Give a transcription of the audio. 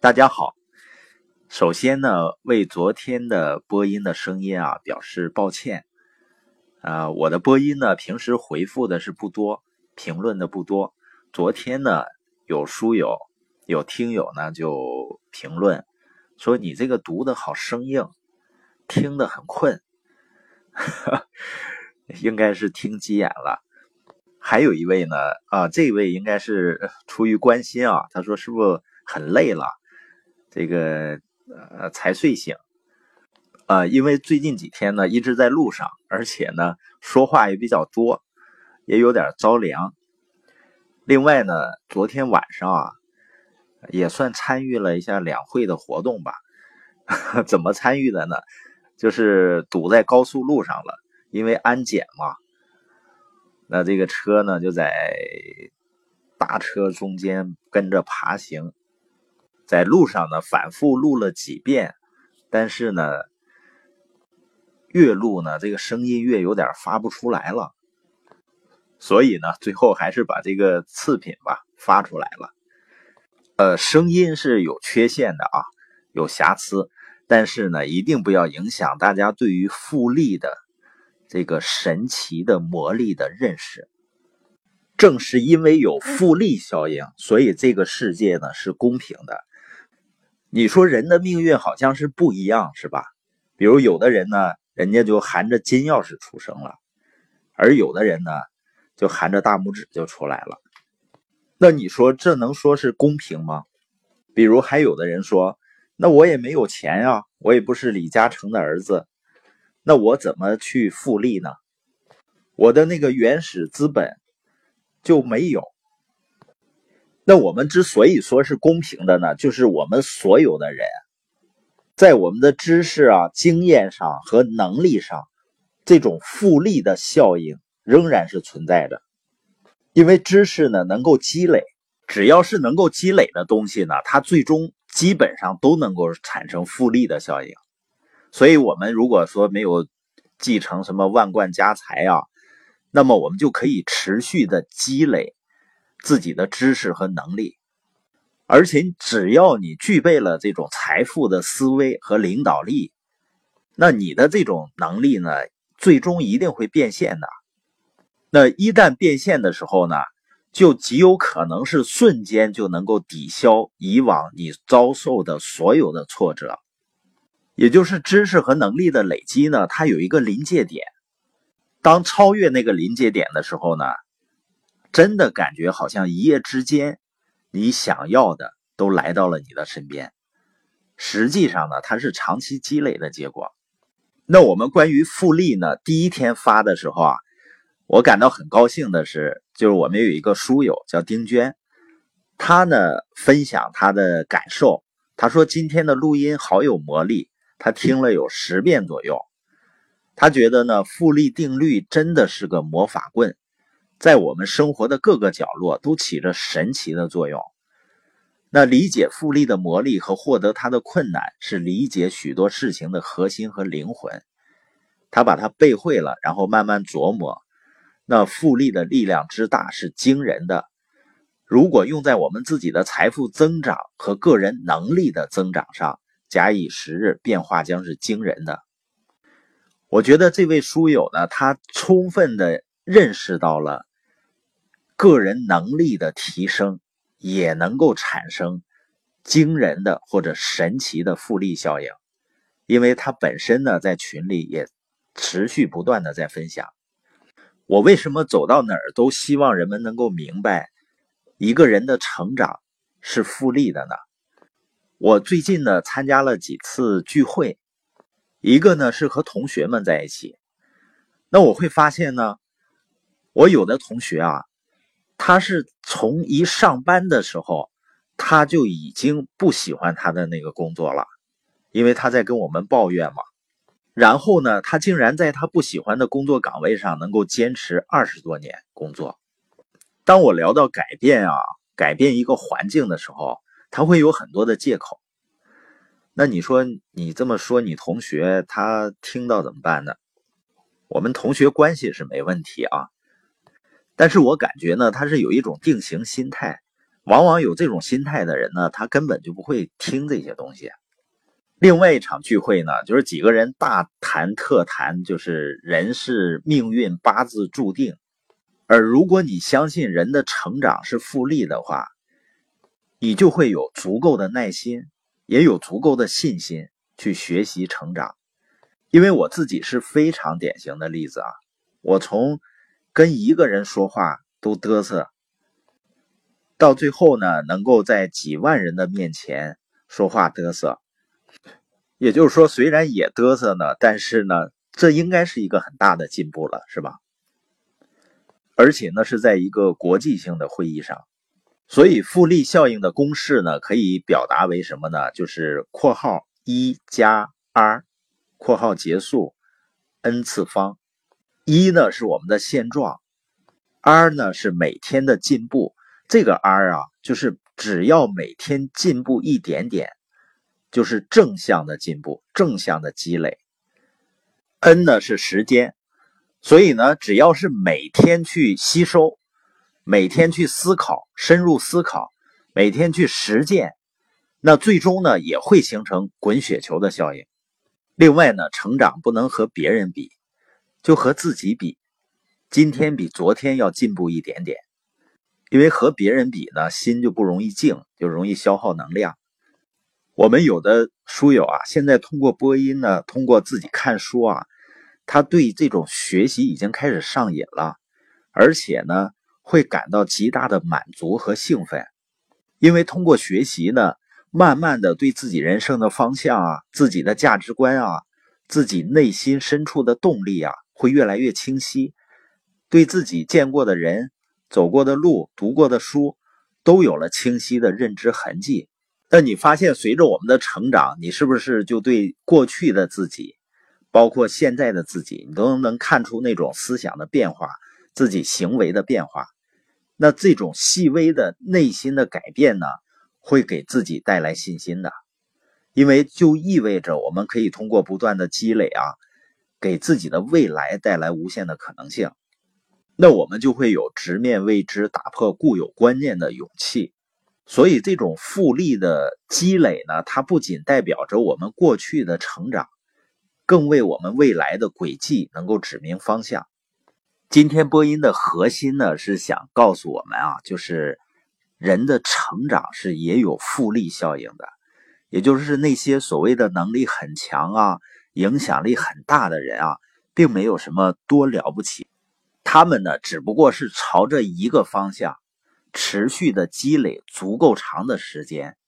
大家好，首先呢，为昨天的播音的声音表示抱歉。我的播音呢，平时回复的是不多，评论的不多。昨天呢，有书友、有听友呢就评论说你这个读的好生硬，听得很困，应该是听急眼了。还有一位呢，这位应该是出于关心他说是不是很累了？这个才睡醒，因为最近几天呢一直在路上，而且呢说话也比较多，也有点着凉。另外呢，昨天晚上也算参与了一下两会的活动吧。怎么参与的呢？就是堵在高速路上了，因为安检嘛。那这个车呢就在大车中间跟着爬行。在路上呢反复录了几遍，但是呢越录呢这个声音越有点发不出来了，所以呢最后还是把这个次品发出来了。声音是有缺陷的有瑕疵，但是呢一定不要影响大家对于复利的这个神奇的魔力的认识。正是因为有复利效应，所以这个世界呢是公平的。你说人的命运好像是不一样，是吧？比如有的人呢，人家就含着金钥匙出生了，而有的人呢，就含着大拇指就出来了。那你说这能说是公平吗？比如还有的人说，那我也没有钱我也不是李嘉诚的儿子，那我怎么去复利呢？我的那个原始资本就没有。那我们之所以说是公平的呢，就是我们所有的人在我们的知识经验上和能力上，这种复利的效应仍然是存在的。因为知识呢能够积累，只要是能够积累的东西呢，它最终基本上都能够产生复利的效应。所以我们如果说没有继承什么万贯家财那么我们就可以持续的积累自己的知识和能力。而且只要你具备了这种财富的思维和领导力，那你的这种能力呢，最终一定会变现的。那一旦变现的时候呢，就极有可能是瞬间就能够抵消以往你遭受的所有的挫折。也就是知识和能力的累积呢，它有一个临界点。当超越那个临界点的时候呢，真的感觉好像一夜之间你想要的都来到了你的身边。实际上呢，它是长期积累的结果。那我们关于复利呢，第一天发的时候我感到很高兴的是，就是我们有一个书友叫丁娟，他呢分享他的感受，他说今天的录音好有魔力，他听了有10遍左右。他觉得呢，复利定律真的是个魔法棍，在我们生活的各个角落都起着神奇的作用。那理解复利的魔力和获得它的困难，是理解许多事情的核心和灵魂。他把它背会了，然后慢慢琢磨。那复利的力量之大是惊人的，如果用在我们自己的财富增长和个人能力的增长上，假以时日，变化将是惊人的。我觉得这位书友呢，他充分的认识到了个人能力的提升也能够产生惊人的或者神奇的复利效应。因为他本身呢在群里也持续不断的在分享。我为什么走到哪儿都希望人们能够明白一个人的成长是复利的呢？我最近呢参加了几次聚会，一个呢是和同学们在一起。那我会发现呢，我有的同学他是从一上班的时候他就已经不喜欢他的那个工作了，因为他在跟我们抱怨嘛。然后呢，他竟然在他不喜欢的工作岗位上能够坚持20多年工作。当我聊到改变改变一个环境的时候，他会有很多的借口。那你说你这么说，你同学他听到怎么办呢？我们同学关系是没问题但是我感觉呢，他是有一种定型心态， 往往有这种心态的人呢，他根本就不会听这些东西。另外一场聚会呢，就是几个人大谈特谈，就是人是命运八字注定。而如果你相信人的成长是复利的话，你就会有足够的耐心，也有足够的信心去学习成长。因为我自己是非常典型的例子啊，我从跟一个人说话都嘚瑟，到最后呢，能够在几万人的面前说话嘚瑟。也就是说，虽然也嘚瑟呢，但是呢，这应该是一个很大的进步了，是吧？而且呢，是在一个国际性的会议上。所以复利效应的公式呢，可以表达为什么呢？就是括号1加 r 括号结束 n 次方。1呢是我们的现状， r 呢是每天的进步。这个 r 啊，就是只要每天进步一点点，就是正向的进步，正向的积累。n 呢是时间，所以呢，只要是每天去吸收，每天去思考，深入思考，每天去实践，那最终呢也会形成滚雪球的效应。另外呢，成长不能和别人比，就和自己比，今天比昨天要进步一点点。因为和别人比呢，心就不容易静，就容易消耗能量。我们有的书友啊，现在通过播音呢，通过自己看书啊，他对这种学习已经开始上瘾了，而且呢，会感到极大的满足和兴奋。因为通过学习呢，慢慢的对自己人生的方向啊，自己的价值观啊，自己内心深处的动力啊，会越来越清晰。对自己见过的人、走过的路、读过的书，都有了清晰的认知痕迹。那你发现随着我们的成长，你是不是就对过去的自己，包括现在的自己，你都能看出那种思想的变化，自己行为的变化？那这种细微的内心的改变呢，会给自己带来信心的。因为就意味着我们可以通过不断的积累啊，给自己的未来带来无限的可能性。那我们就会有直面未知、打破固有观念的勇气。所以这种复利的积累呢，它不仅代表着我们过去的成长，更为我们未来的轨迹能够指明方向。今天播音的核心呢，是想告诉我们啊，就是人的成长是也有复利效应的。也就是那些所谓的能力很强啊、影响力很大的人啊，并没有什么多了不起。他们呢，只不过是朝着一个方向持续的积累足够长的时间，